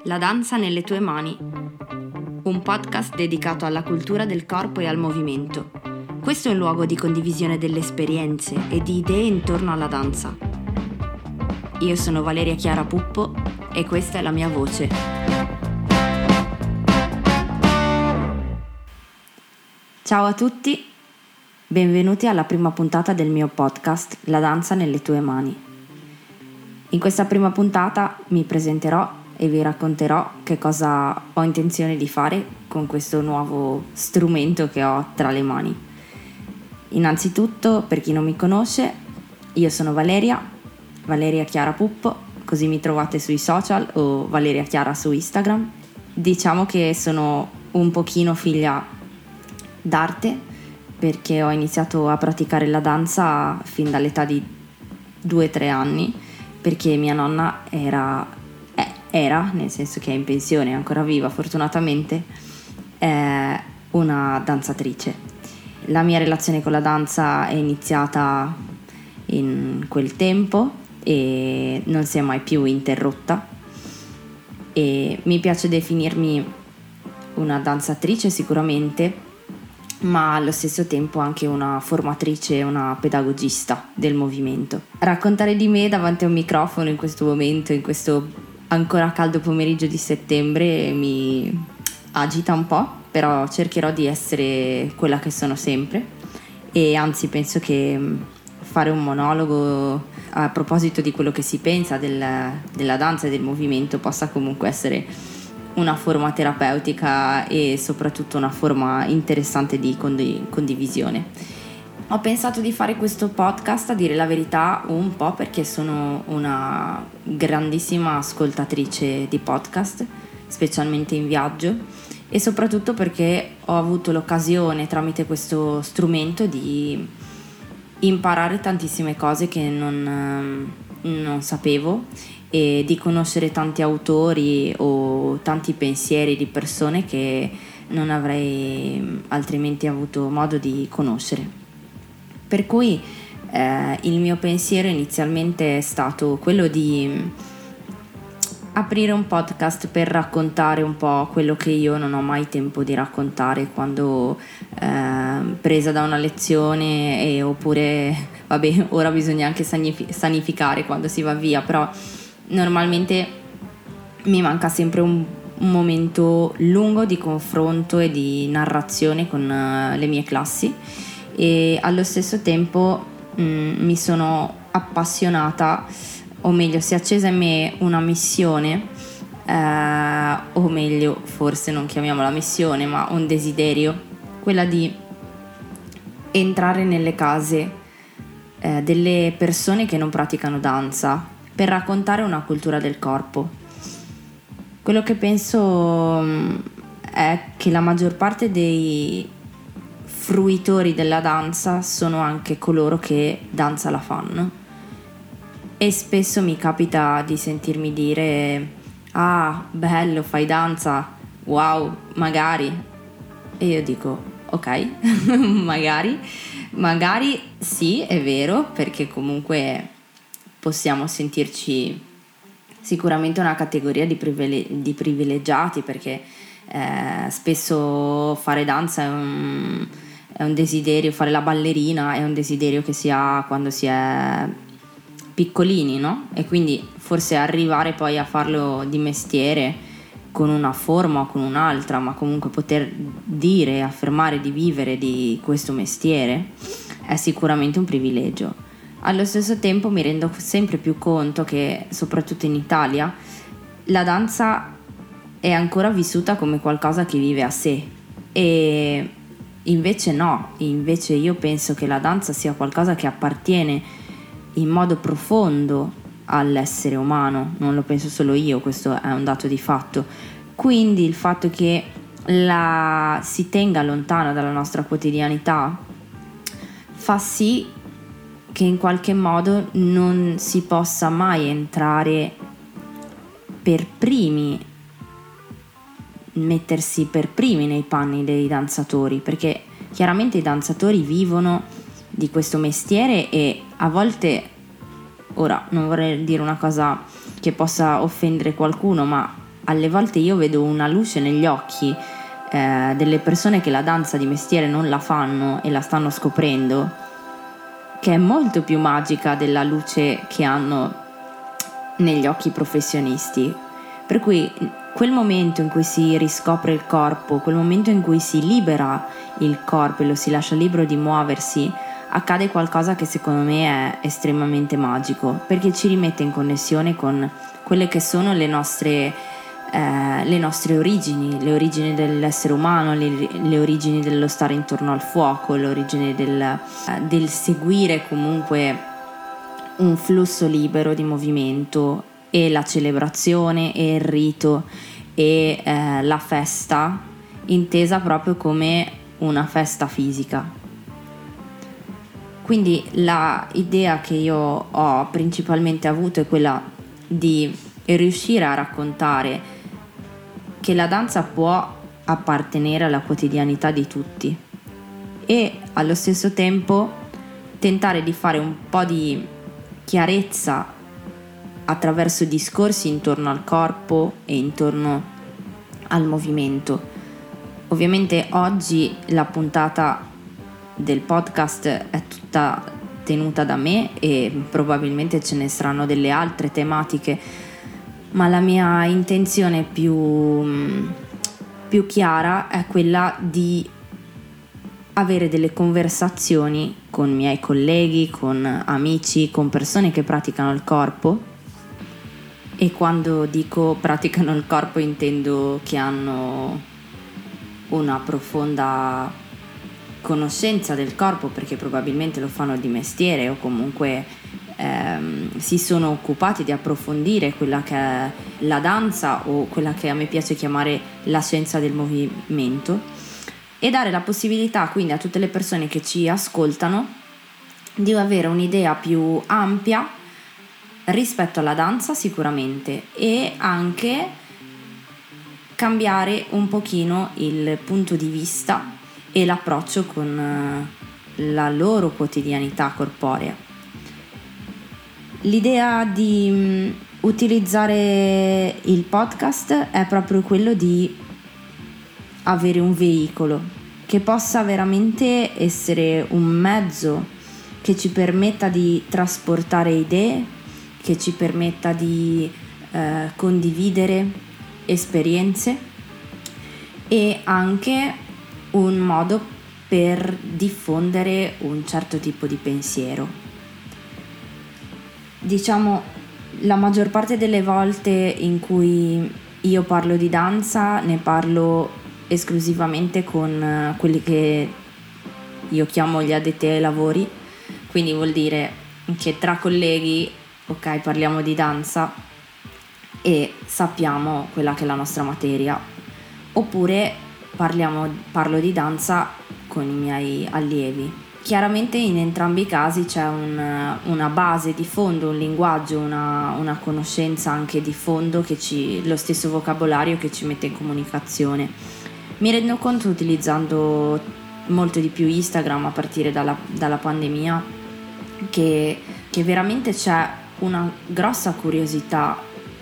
La danza nelle tue mani, un podcast dedicato alla cultura del corpo e al movimento. Questo è un luogo di condivisione delle esperienze e di idee intorno alla danza. Io sono Valeria Chiara Puppo e questa è la mia voce. Ciao a tutti, benvenuti alla prima puntata del mio podcast La danza nelle tue mani. In questa prima puntata mi presenterò e vi racconterò che cosa ho intenzione di fare con questo nuovo strumento che ho tra le mani. Innanzitutto, per chi non mi conosce, io sono Valeria Chiara Puppo, così mi trovate sui social o Valeria Chiara su Instagram. Diciamo che sono un pochino figlia d'arte perché ho iniziato a praticare la danza fin dall'età di 2-3 anni perché mia nonna era, nel senso che è in pensione, è ancora viva fortunatamente, una danzatrice. La mia relazione con la danza è iniziata in quel tempo e non si è mai più interrotta, e mi piace definirmi una danzatrice sicuramente, ma allo stesso tempo anche una formatrice, una pedagogista del movimento. Raccontare di me davanti a un microfono in questo momento, in questo ancora caldo pomeriggio di settembre, mi agita un po', però cercherò di essere quella che sono sempre, e anzi penso che fare un monologo a proposito di quello che si pensa della danza e del movimento possa comunque essere una forma terapeutica e soprattutto una forma interessante di condivisione. Ho pensato di fare questo podcast, a dire la verità, un po' perché sono una grandissima ascoltatrice di podcast, specialmente in viaggio, e soprattutto perché ho avuto l'occasione tramite questo strumento di imparare tantissime cose che non sapevo, e di conoscere tanti autori o tanti pensieri di persone che non avrei altrimenti avuto modo di conoscere. Per cui il mio pensiero inizialmente è stato quello di aprire un podcast per raccontare un po' quello che io non ho mai tempo di raccontare quando presa da una lezione, oppure vabbè, ora bisogna anche sanificare quando si va via, però normalmente mi manca sempre un momento lungo di confronto e di narrazione con le mie classi, e allo stesso tempo mi sono appassionata, o meglio si è accesa in me una missione, o meglio forse non chiamiamola missione ma un desiderio, quella di entrare nelle case delle persone che non praticano danza per raccontare una cultura del corpo. Quello che penso è che la maggior parte dei fruitori della danza sono anche coloro che danza la fanno, e spesso mi capita di sentirmi dire: ah, bello, fai danza, wow, magari. E io dico ok, magari sì, è vero, perché comunque possiamo sentirci sicuramente una categoria di privilegiati, perché spesso fare danza è un desiderio, fare la ballerina è un desiderio che si ha quando si è piccolini, no? E quindi forse arrivare poi a farlo di mestiere con una forma o con un'altra, ma comunque poter dire, affermare di vivere di questo mestiere è sicuramente un privilegio. Allo stesso tempo mi rendo sempre più conto che soprattutto in Italia la danza è ancora vissuta come qualcosa che vive a sé, e invece no, invece io penso che la danza sia qualcosa che appartiene in modo profondo all'essere umano. Non lo penso solo io, questo è un dato di fatto. Quindi il fatto che la si tenga lontana dalla nostra quotidianità fa sì che in qualche modo non si possa mai entrare per primi, mettersi per primi nei panni dei danzatori, perché chiaramente i danzatori vivono di questo mestiere, e a volte, ora non vorrei dire una cosa che possa offendere qualcuno, ma alle volte io vedo una luce negli occhi delle persone che la danza di mestiere non la fanno e la stanno scoprendo, che è molto più magica della luce che hanno negli occhi professionisti. Per cui quel momento in cui si riscopre il corpo, quel momento in cui si libera il corpo e lo si lascia libero di muoversi, accade qualcosa che secondo me è estremamente magico, perché ci rimette in connessione con quelle che sono le nostre origini, le origini dell'essere umano, le origini dello stare intorno al fuoco, le origini del seguire comunque un flusso libero di movimento, e la celebrazione e il rito e la festa intesa proprio come una festa fisica. Quindi la idea che io ho principalmente avuto è quella di riuscire a raccontare che la danza può appartenere alla quotidianità di tutti e allo stesso tempo tentare di fare un po' di chiarezza attraverso discorsi intorno al corpo e intorno al movimento. Ovviamente oggi la puntata del podcast è tutta tenuta da me e probabilmente ce ne saranno delle altre tematiche, ma la mia intenzione più chiara è quella di avere delle conversazioni con miei colleghi, con amici, con persone che praticano il corpo. E quando dico praticano il corpo intendo che hanno una profonda conoscenza del corpo, perché probabilmente lo fanno di mestiere o comunque si sono occupati di approfondire quella che è la danza o quella che a me piace chiamare la scienza del movimento, e dare la possibilità quindi a tutte le persone che ci ascoltano di avere un'idea più ampia rispetto alla danza sicuramente, e anche cambiare un pochino il punto di vista e l'approccio con la loro quotidianità corporea. L'idea di utilizzare il podcast è proprio quello di avere un veicolo che possa veramente essere un mezzo che ci permetta di trasportare idee, che ci permetta di condividere esperienze, e anche un modo per diffondere un certo tipo di pensiero. Diciamo, la maggior parte delle volte in cui io parlo di danza ne parlo esclusivamente con quelli che io chiamo gli addetti ai lavori, quindi vuol dire che tra colleghi, ok, parliamo di danza e sappiamo quella che è la nostra materia, oppure parlo di danza con i miei allievi. Chiaramente in entrambi i casi c'è una base di fondo, un linguaggio, una conoscenza anche di fondo, lo stesso vocabolario che ci mette in comunicazione. Mi rendo conto, utilizzando molto di più Instagram a partire dalla pandemia, che veramente c'è una grossa curiosità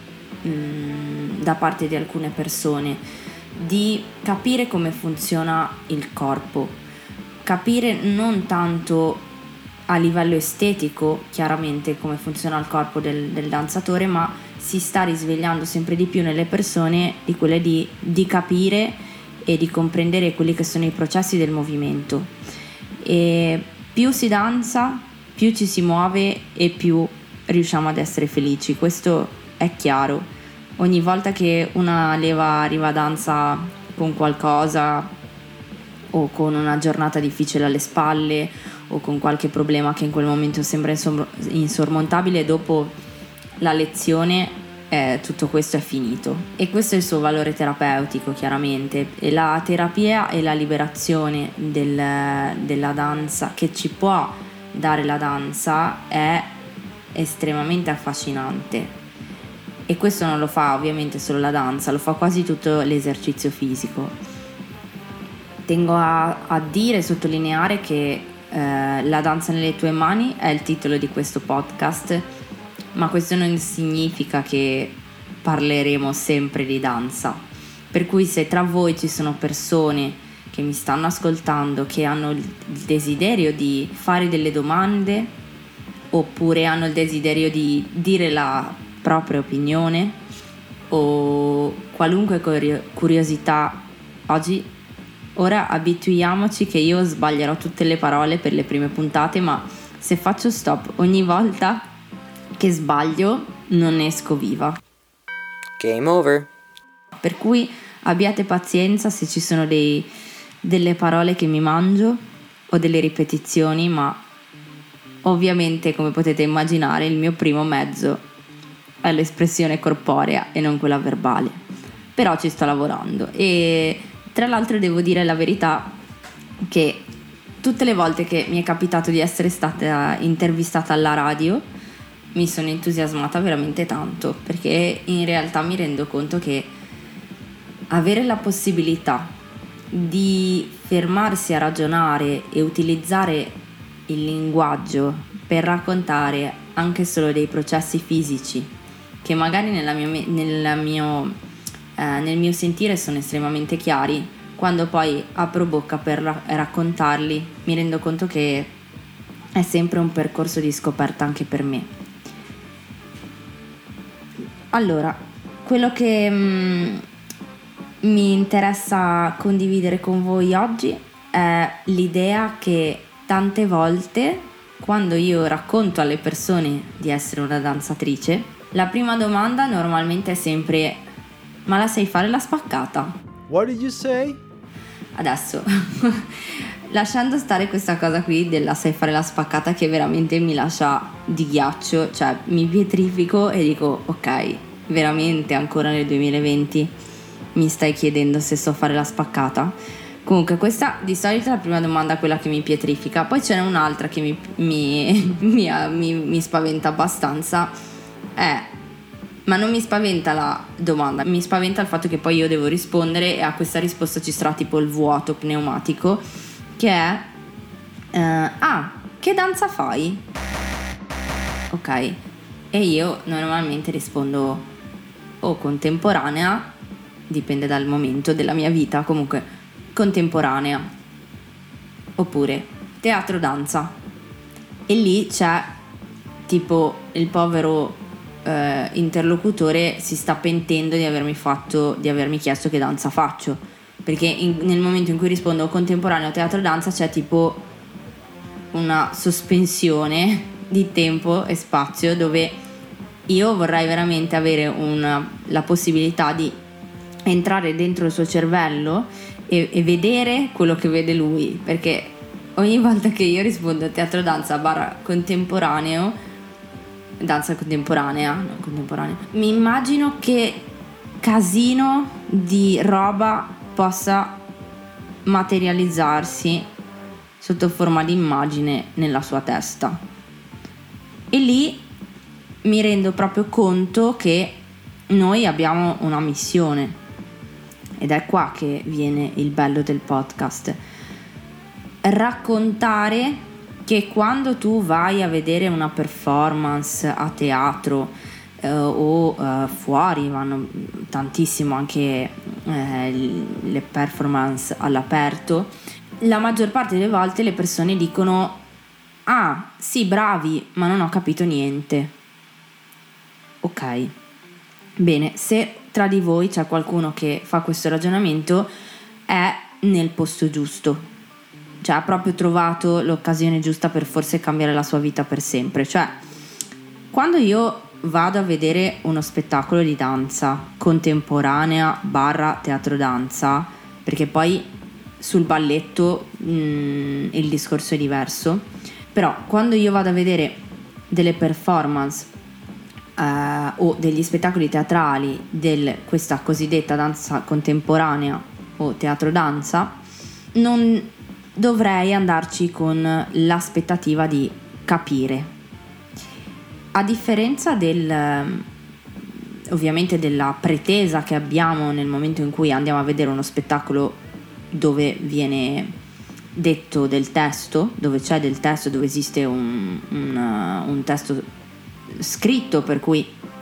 da parte di alcune persone di capire come funziona il corpo, capire non tanto a livello estetico chiaramente come funziona il corpo del danzatore, ma si sta risvegliando sempre di più nelle persone di quelle di capire e di comprendere quelli che sono i processi del movimento. E più si danza, più ci si muove e più riusciamo ad essere felici, questo è chiaro. Ogni volta che una leva arriva a danza con qualcosa, o con una giornata difficile alle spalle, o con qualche problema che in quel momento sembra insormontabile, dopo la lezione tutto questo è finito, e questo è il suo valore terapeutico chiaramente. E la terapia e la liberazione della danza che ci può dare la danza è estremamente affascinante, e questo non lo fa ovviamente solo la danza, lo fa quasi tutto l'esercizio fisico. Tengo a dire e sottolineare che La danza nelle tue mani è il titolo di questo podcast, ma questo non significa che parleremo sempre di danza. Per cui se tra voi ci sono persone che mi stanno ascoltando, che hanno il desiderio di fare delle domande oppure hanno il desiderio di dire la propria opinione o qualunque curiosità, ora abituiamoci che io sbaglierò tutte le parole per le prime puntate, ma se faccio stop ogni volta che sbaglio non esco viva. Game over. Per cui abbiate pazienza se ci sono delle parole che mi mangio o delle ripetizioni, ma ovviamente, come potete immaginare, il mio primo mezzo è l'espressione corporea e non quella verbale. Però ci sto lavorando e tra l'altro devo dire la verità che tutte le volte che mi è capitato di essere stata intervistata alla radio mi sono entusiasmata veramente tanto, perché in realtà mi rendo conto che avere la possibilità di fermarsi a ragionare e utilizzare il linguaggio per raccontare anche solo dei processi fisici che magari nel mio sentire sono estremamente chiari, quando poi apro bocca per raccontarli mi rendo conto che è sempre un percorso di scoperta anche per me. Allora, quello che mi interessa condividere con voi oggi è l'idea che tante volte, quando io racconto alle persone di essere una danzatrice, la prima domanda normalmente è sempre: ma la sai fare la spaccata? What did you say? Adesso, lasciando stare questa cosa qui della sai fare la spaccata che veramente mi lascia di ghiaccio, cioè mi pietrifico e dico ok, veramente ancora nel 2020 mi stai chiedendo se so fare la spaccata? Comunque questa di solito è la prima domanda, quella che mi pietrifica. Poi ce n'è un'altra che mi spaventa abbastanza, ma non mi spaventa la domanda, mi spaventa il fatto che poi io devo rispondere e a questa risposta ci sarà tipo il vuoto pneumatico, che è che danza fai? Ok, e io normalmente rispondo o contemporanea, dipende dal momento della mia vita, comunque contemporanea, oppure teatro danza. E lì c'è tipo il povero interlocutore si sta pentendo di avermi chiesto che danza faccio, perché nel momento in cui rispondo contemporaneo teatro danza c'è tipo una sospensione di tempo e spazio dove io vorrei veramente avere la possibilità di entrare dentro il suo cervello e vedere quello che vede lui, perché ogni volta che io rispondo a teatro danza barra contemporaneo, danza contemporanea, non contemporanea, mi immagino che casino di roba possa materializzarsi sotto forma di immagine nella sua testa, e lì mi rendo proprio conto che noi abbiamo una missione, ed è qua che viene il bello del podcast: raccontare che quando tu vai a vedere una performance a teatro o fuori, vanno tantissimo anche le performance all'aperto, la maggior parte delle volte le persone dicono: ah sì, bravi, ma non ho capito niente. Ok, bene, se tra di voi c'è qualcuno che fa questo ragionamento è nel posto giusto, cioè ha proprio trovato l'occasione giusta per forse cambiare la sua vita per sempre. Cioè, quando io vado a vedere uno spettacolo di danza contemporanea barra teatro danza, perché poi sul balletto il discorso è diverso, però quando io vado a vedere delle performance o degli spettacoli teatrali questa cosiddetta danza contemporanea o teatro danza, non dovrei andarci con l'aspettativa di capire, a differenza ovviamente della pretesa che abbiamo nel momento in cui andiamo a vedere uno spettacolo dove viene detto del testo, dove c'è del testo, dove esiste un testo scritto, per cui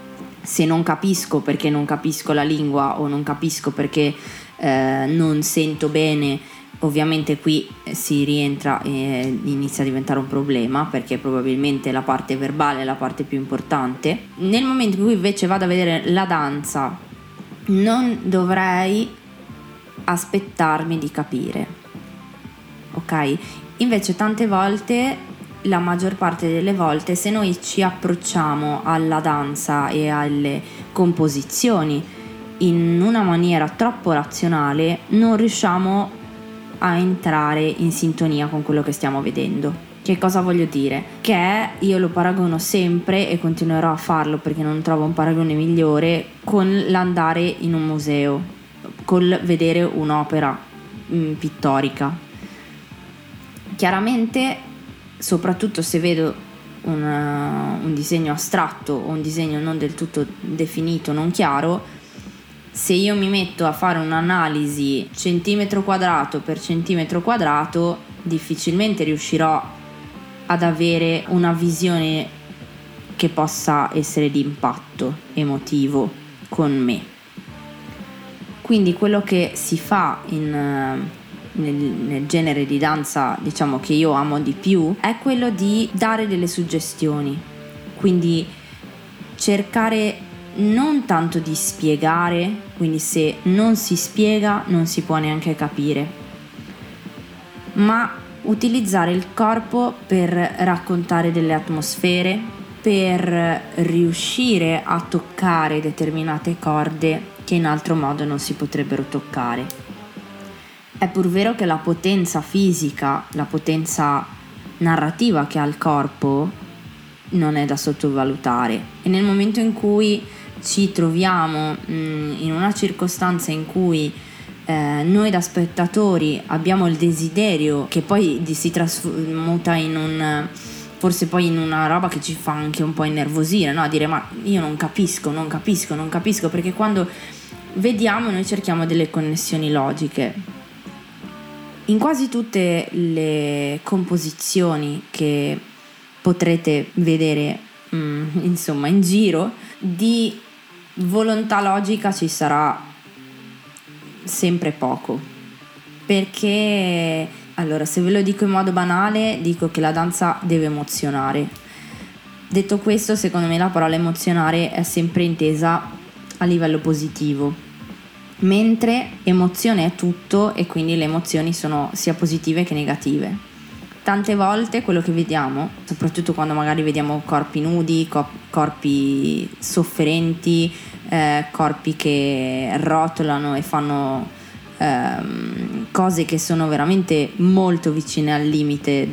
se non capisco perché non capisco la lingua o non capisco perché non sento bene, ovviamente qui si rientra e inizia a diventare un problema, perché probabilmente la parte verbale è la parte più importante. Nel momento in cui invece vado a vedere la danza, non dovrei aspettarmi di capire, ok? Invece tante volte, la maggior parte delle volte, se noi ci approcciamo alla danza e alle composizioni in una maniera troppo razionale, non riusciamo a entrare in sintonia con quello che stiamo vedendo. Che cosa voglio dire? Che io lo paragono sempre e continuerò a farlo perché non trovo un paragone migliore con l'andare in un museo, col vedere un'opera pittorica. Chiaramente, soprattutto se vedo un disegno astratto o un disegno non del tutto definito, non chiaro, se io mi metto a fare un'analisi centimetro quadrato per centimetro quadrato, difficilmente riuscirò ad avere una visione che possa essere di impatto emotivo con me. Quindi quello che si fa nel genere di danza, diciamo, che io amo di più, è quello di dare delle suggestioni, quindi cercare non tanto di spiegare, quindi se non si spiega non si può neanche capire, ma utilizzare il corpo per raccontare delle atmosfere, per riuscire a toccare determinate corde che in altro modo non si potrebbero toccare. È pur vero che la potenza fisica, la potenza narrativa che ha il corpo non è da sottovalutare, e nel momento in cui ci troviamo in una circostanza in cui noi da spettatori abbiamo il desiderio, che poi si trasmuta in forse poi in una roba che ci fa anche un po' innervosire, no? A dire ma io non capisco, perché quando vediamo noi cerchiamo delle connessioni logiche. In quasi tutte le composizioni che potrete vedere insomma in giro, di volontà logica ci sarà sempre poco, perché allora, se ve lo dico in modo banale, dico che la danza deve emozionare. Detto questo, secondo me la parola emozionare è sempre intesa a livello positivo, mentre emozione è tutto e quindi le emozioni sono sia positive che negative. Tante volte quello che vediamo, soprattutto quando magari vediamo corpi nudi, corpi sofferenti, corpi che rotolano e fanno cose che sono veramente molto vicine al limite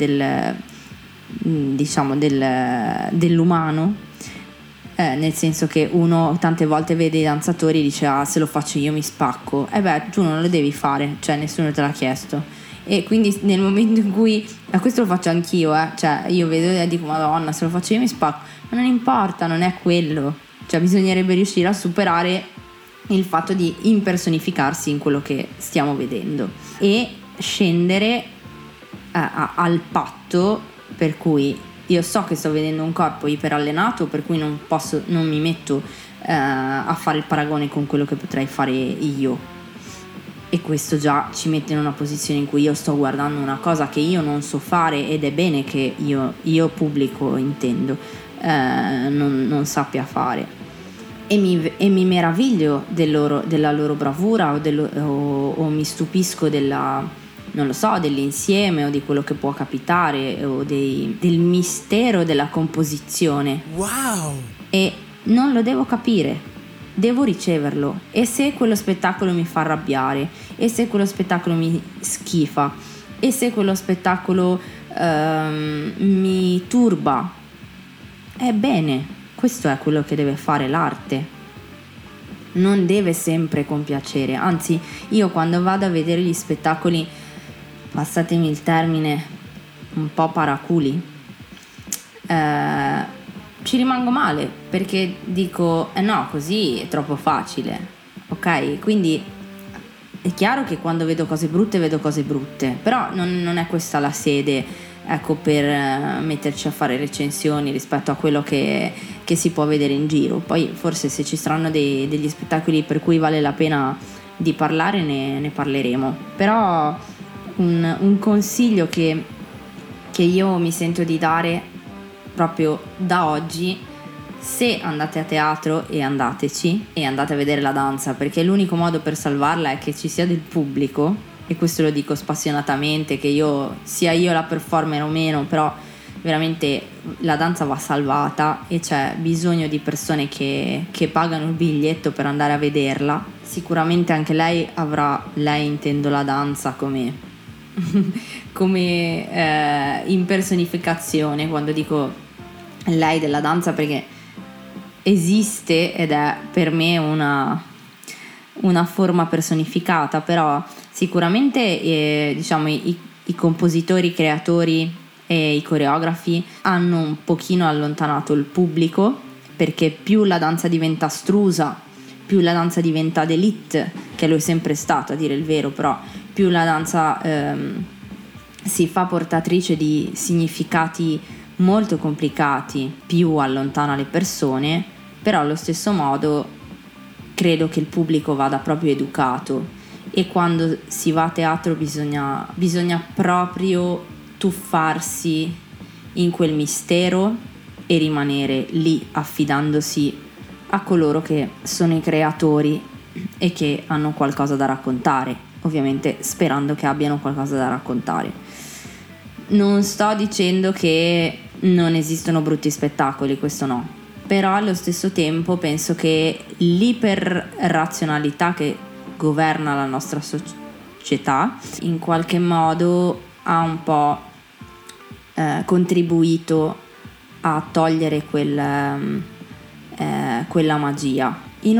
dell'umano, nel senso che uno tante volte vede i danzatori e dice se lo faccio io mi spacco. Tu non lo devi fare, cioè nessuno te l'ha chiesto. E quindi nel momento in cui questo lo faccio anch'io, cioè io vedo e dico madonna, se lo faccio io mi spacco, ma non importa, non è quello, cioè bisognerebbe riuscire a superare il fatto di impersonificarsi in quello che stiamo vedendo e scendere al patto per cui io so che sto vedendo un corpo iperallenato, per cui non mi metto a fare il paragone con quello che potrei fare io. E questo già ci mette in una posizione in cui io sto guardando una cosa che io non so fare, ed è bene che io pubblico intendo non sappia fare, e mi meraviglio della loro bravura o mi stupisco non lo so, dell'insieme o di quello che può capitare o del mistero della composizione. Wow! E non lo devo capire, devo riceverlo. E se quello spettacolo mi fa arrabbiare, e se quello spettacolo mi schifa, e se quello spettacolo mi turba, ebbene, questo è quello che deve fare l'arte. Non deve sempre compiacere, anzi io quando vado a vedere gli spettacoli, passatemi il termine, un po' paraculi, ci rimango male, perché dico no, così è troppo facile, ok? Quindi è chiaro che quando vedo cose brutte, però non è questa la sede, ecco, per metterci a fare recensioni rispetto a quello che si può vedere in giro. Poi forse se ci saranno degli spettacoli per cui vale la pena di parlare, ne parleremo. Però un consiglio che io mi sento di dare proprio da oggi: se andate a teatro, e andateci, e andate a vedere la danza, perché l'unico modo per salvarla è che ci sia del pubblico, e questo lo dico spassionatamente, che sia io la performer o meno, però veramente la danza va salvata e c'è bisogno di persone che pagano il biglietto per andare a vederla. Sicuramente anche lei intendo la danza come impersonificazione, quando dico lei della danza, perché esiste ed è per me una forma personificata. Però sicuramente diciamo i compositori, i creatori e i coreografi hanno un pochino allontanato il pubblico, perché più la danza diventa astrusa, più la danza diventa d'élite, che lo è sempre stato a dire il vero, però più la danza si fa portatrice di significati molto complicati, più allontana le persone. Però allo stesso modo credo che il pubblico vada proprio educato, e quando si va a teatro bisogna proprio tuffarsi in quel mistero e rimanere lì, affidandosi a coloro che sono i creatori e che hanno qualcosa da raccontare, ovviamente sperando che abbiano qualcosa da raccontare. Non sto dicendo che non esistono brutti spettacoli, questo no, però allo stesso tempo penso che l'iperrazionalità che governa la nostra società in qualche modo ha un po' contribuito a togliere quella magia.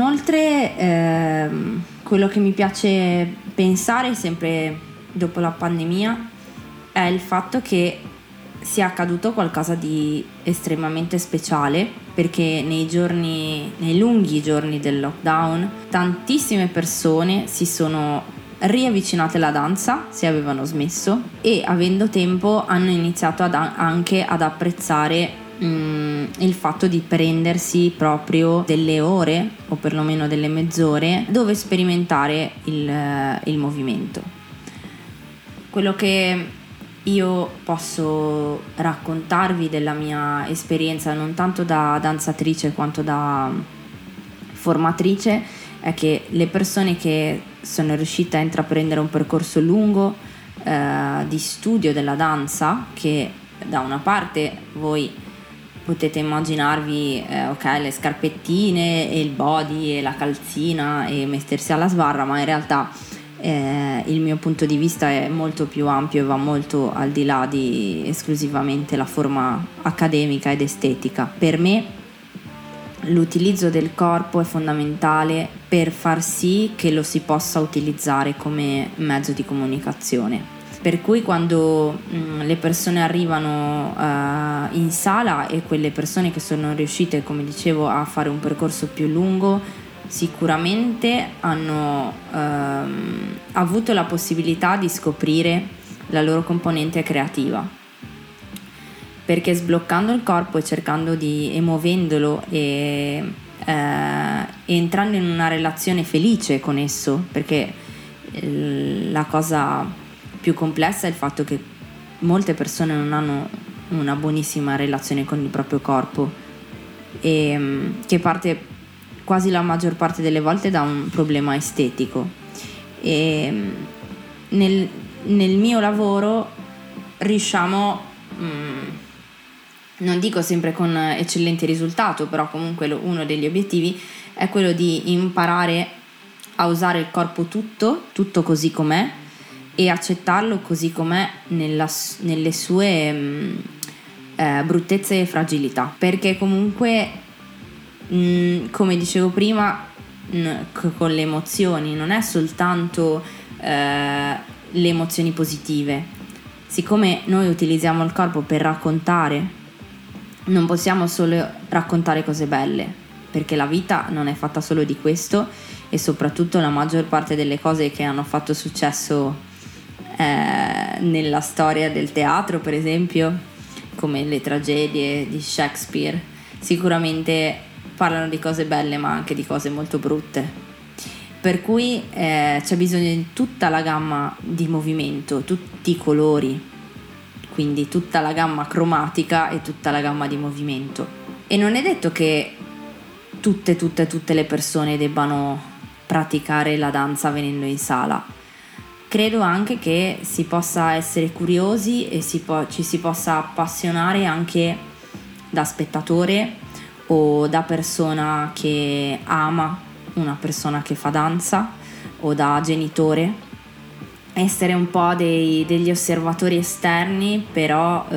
Inoltre quello che mi piace pensare sempre dopo la pandemia è il fatto che sia accaduto qualcosa di estremamente speciale, perché nei lunghi giorni del lockdown tantissime persone si sono riavvicinate alla danza, se avevano smesso, e avendo tempo hanno iniziato anche ad apprezzare il fatto di prendersi proprio delle ore, o perlomeno delle mezz'ore, dove sperimentare il movimento. Quello che io posso raccontarvi della mia esperienza, non tanto da danzatrice quanto da formatrice, è che le persone che sono riuscite a intraprendere un percorso lungo di studio della danza, che da una parte voi potete immaginarvi le scarpettine e il body e la calzina e mettersi alla sbarra, ma in realtà il mio punto di vista è molto più ampio e va molto al di là di esclusivamente la forma accademica ed estetica. Per me l'utilizzo del corpo è fondamentale per far sì che lo si possa utilizzare come mezzo di comunicazione. Per cui quando le persone arrivano in sala, e quelle persone che sono riuscite, come dicevo, a fare un percorso più lungo, sicuramente hanno avuto la possibilità di scoprire la loro componente creativa, perché sbloccando il corpo e muovendolo e entrando in una relazione felice con esso, perché la cosa più complessa è il fatto che molte persone non hanno una buonissima relazione con il proprio corpo, e che parte quasi la maggior parte delle volte da un problema estetico. E nel mio lavoro riusciamo, non dico sempre con eccellenti risultati, però comunque uno degli obiettivi è quello di imparare a usare il corpo tutto così com'è, e accettarlo così com'è nelle sue bruttezze e fragilità, perché comunque come dicevo prima, con le emozioni non è soltanto le emozioni positive. Siccome noi utilizziamo il corpo per raccontare, non possiamo solo raccontare cose belle, perché la vita non è fatta solo di questo, e soprattutto la maggior parte delle cose che hanno fatto successo nella storia del teatro, per esempio, come le tragedie di Shakespeare, sicuramente parlano di cose belle ma anche di cose molto brutte, per cui c'è bisogno di tutta la gamma di movimento, tutti i colori, quindi tutta la gamma cromatica e tutta la gamma di movimento. E non è detto che tutte le persone debbano praticare la danza venendo in sala. Credo anche che si possa essere curiosi e ci si possa appassionare anche da spettatore o da persona che ama una persona che fa danza, o da genitore, essere un po' degli osservatori esterni, però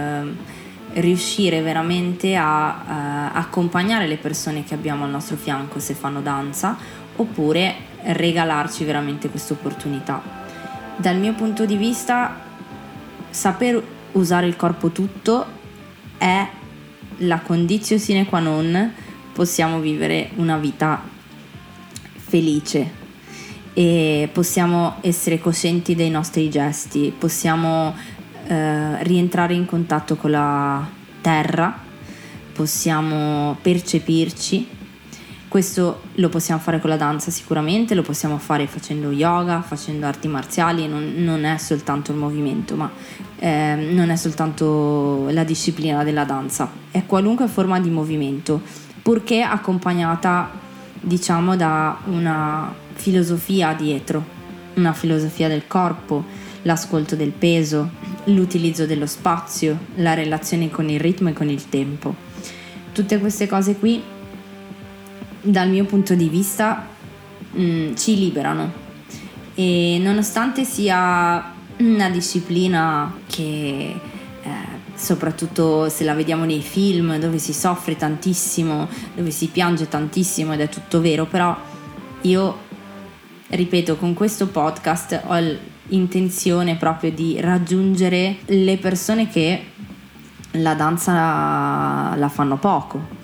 riuscire veramente a accompagnare le persone che abbiamo al nostro fianco se fanno danza, oppure regalarci veramente questa opportunità. Dal mio punto di vista, saper usare il corpo tutto è la conditio sine qua non possiamo vivere una vita felice, e possiamo essere coscienti dei nostri gesti, possiamo rientrare in contatto con la terra, possiamo percepirci. Questo lo possiamo fare con la danza sicuramente, lo possiamo fare facendo yoga, facendo arti marziali, non è soltanto il movimento, ma non è soltanto la disciplina della danza, è qualunque forma di movimento, purché accompagnata, diciamo, da una filosofia dietro, una filosofia del corpo, l'ascolto del peso, l'utilizzo dello spazio, la relazione con il ritmo e con il tempo. Tutte queste cose qui, dal mio punto di vista, ci liberano, e nonostante sia una disciplina che soprattutto se la vediamo nei film, dove si soffre tantissimo, dove si piange tantissimo, ed è tutto vero, però io ripeto, con questo podcast ho l'intenzione proprio di raggiungere le persone che la danza la fanno poco,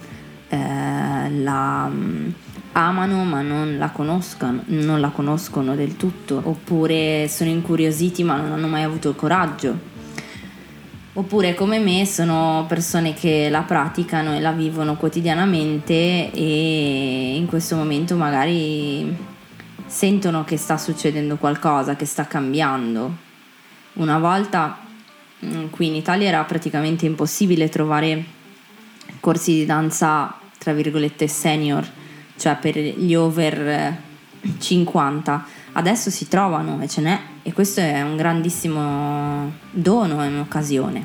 la amano ma non la conoscono del tutto, oppure sono incuriositi ma non hanno mai avuto il coraggio, oppure come me sono persone che la praticano e la vivono quotidianamente e in questo momento magari sentono che sta succedendo qualcosa, che sta cambiando. Una volta qui in Italia era praticamente impossibile trovare corsi di danza tra virgolette senior, cioè per gli over 50. Adesso si trovano e ce n'è, e questo è un grandissimo dono, è un'occasione.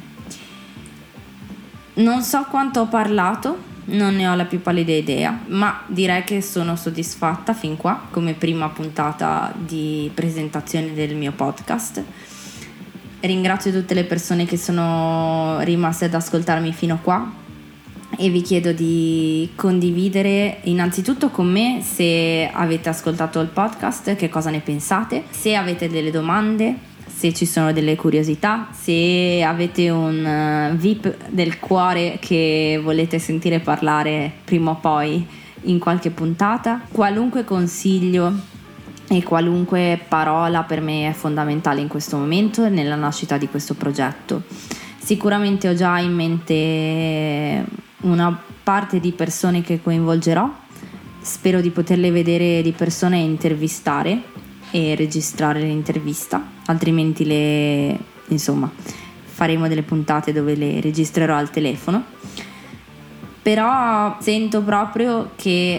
Non so quanto ho parlato, non ne ho la più pallida idea, ma direi che sono soddisfatta fin qua come prima puntata di presentazione del mio podcast. Ringrazio tutte le persone che sono rimaste ad ascoltarmi fino a qua e vi chiedo di condividere innanzitutto con me, se avete ascoltato il podcast, che cosa ne pensate, se avete delle domande, se ci sono delle curiosità, se avete un VIP del cuore che volete sentire parlare prima o poi in qualche puntata. Qualunque consiglio e qualunque parola per me è fondamentale in questo momento nella nascita di questo progetto. Sicuramente ho già in mente una parte di persone che coinvolgerò, spero di poterle vedere di persona e intervistare e registrare l'intervista, altrimenti faremo delle puntate dove le registrerò al telefono. Però sento proprio che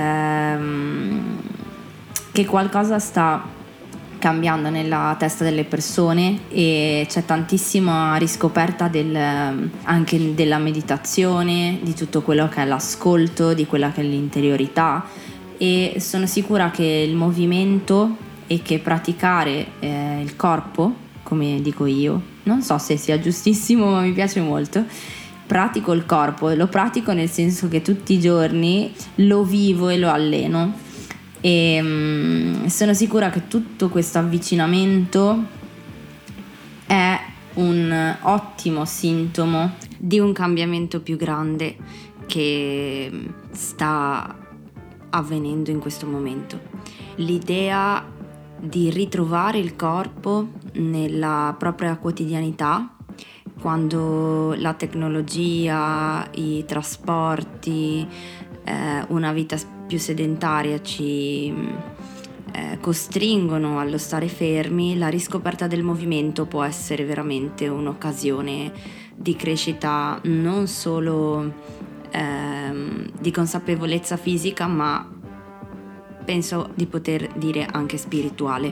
qualcosa sta cambiando nella testa delle persone, e c'è tantissima riscoperta anche della meditazione, di tutto quello che è l'ascolto, di quella che è l'interiorità, e sono sicura che il movimento e che praticare il corpo, come dico io, non so se sia giustissimo ma mi piace molto, pratico il corpo, lo pratico nel senso che tutti i giorni lo vivo e lo alleno. E sono sicura che tutto questo avvicinamento è un ottimo sintomo di un cambiamento più grande che sta avvenendo in questo momento. L'idea di ritrovare il corpo nella propria quotidianità, quando la tecnologia, i trasporti, una vita più sedentaria ci costringono allo stare fermi, la riscoperta del movimento può essere veramente un'occasione di crescita non solo di consapevolezza fisica, ma penso di poter dire anche spirituale.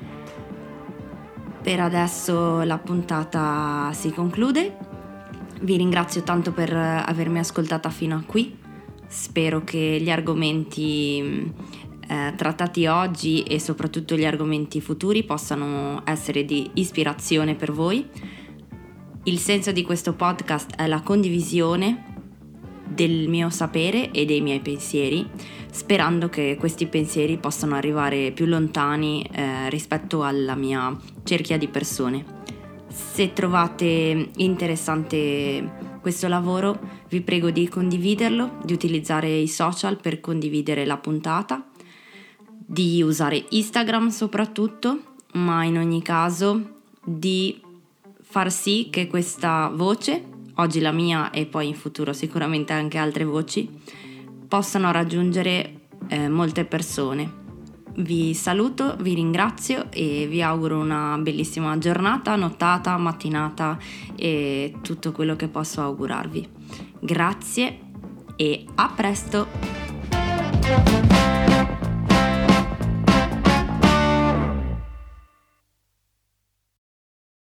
Per adesso la puntata si conclude. Vi ringrazio tanto per avermi ascoltata fino a qui. Spero che gli argomenti trattati oggi e soprattutto gli argomenti futuri possano essere di ispirazione per voi. Il senso di questo podcast è la condivisione del mio sapere e dei miei pensieri, sperando che questi pensieri possano arrivare più lontani rispetto alla mia cerchia di persone. Se trovate interessante questo lavoro, vi prego di condividerlo, di utilizzare i social per condividere la puntata, di usare Instagram soprattutto, ma in ogni caso di far sì che questa voce, oggi la mia e poi in futuro sicuramente anche altre voci, possano raggiungere molte persone. Vi saluto, vi ringrazio e vi auguro una bellissima giornata, nottata, mattinata e tutto quello che posso augurarvi. Grazie e a presto!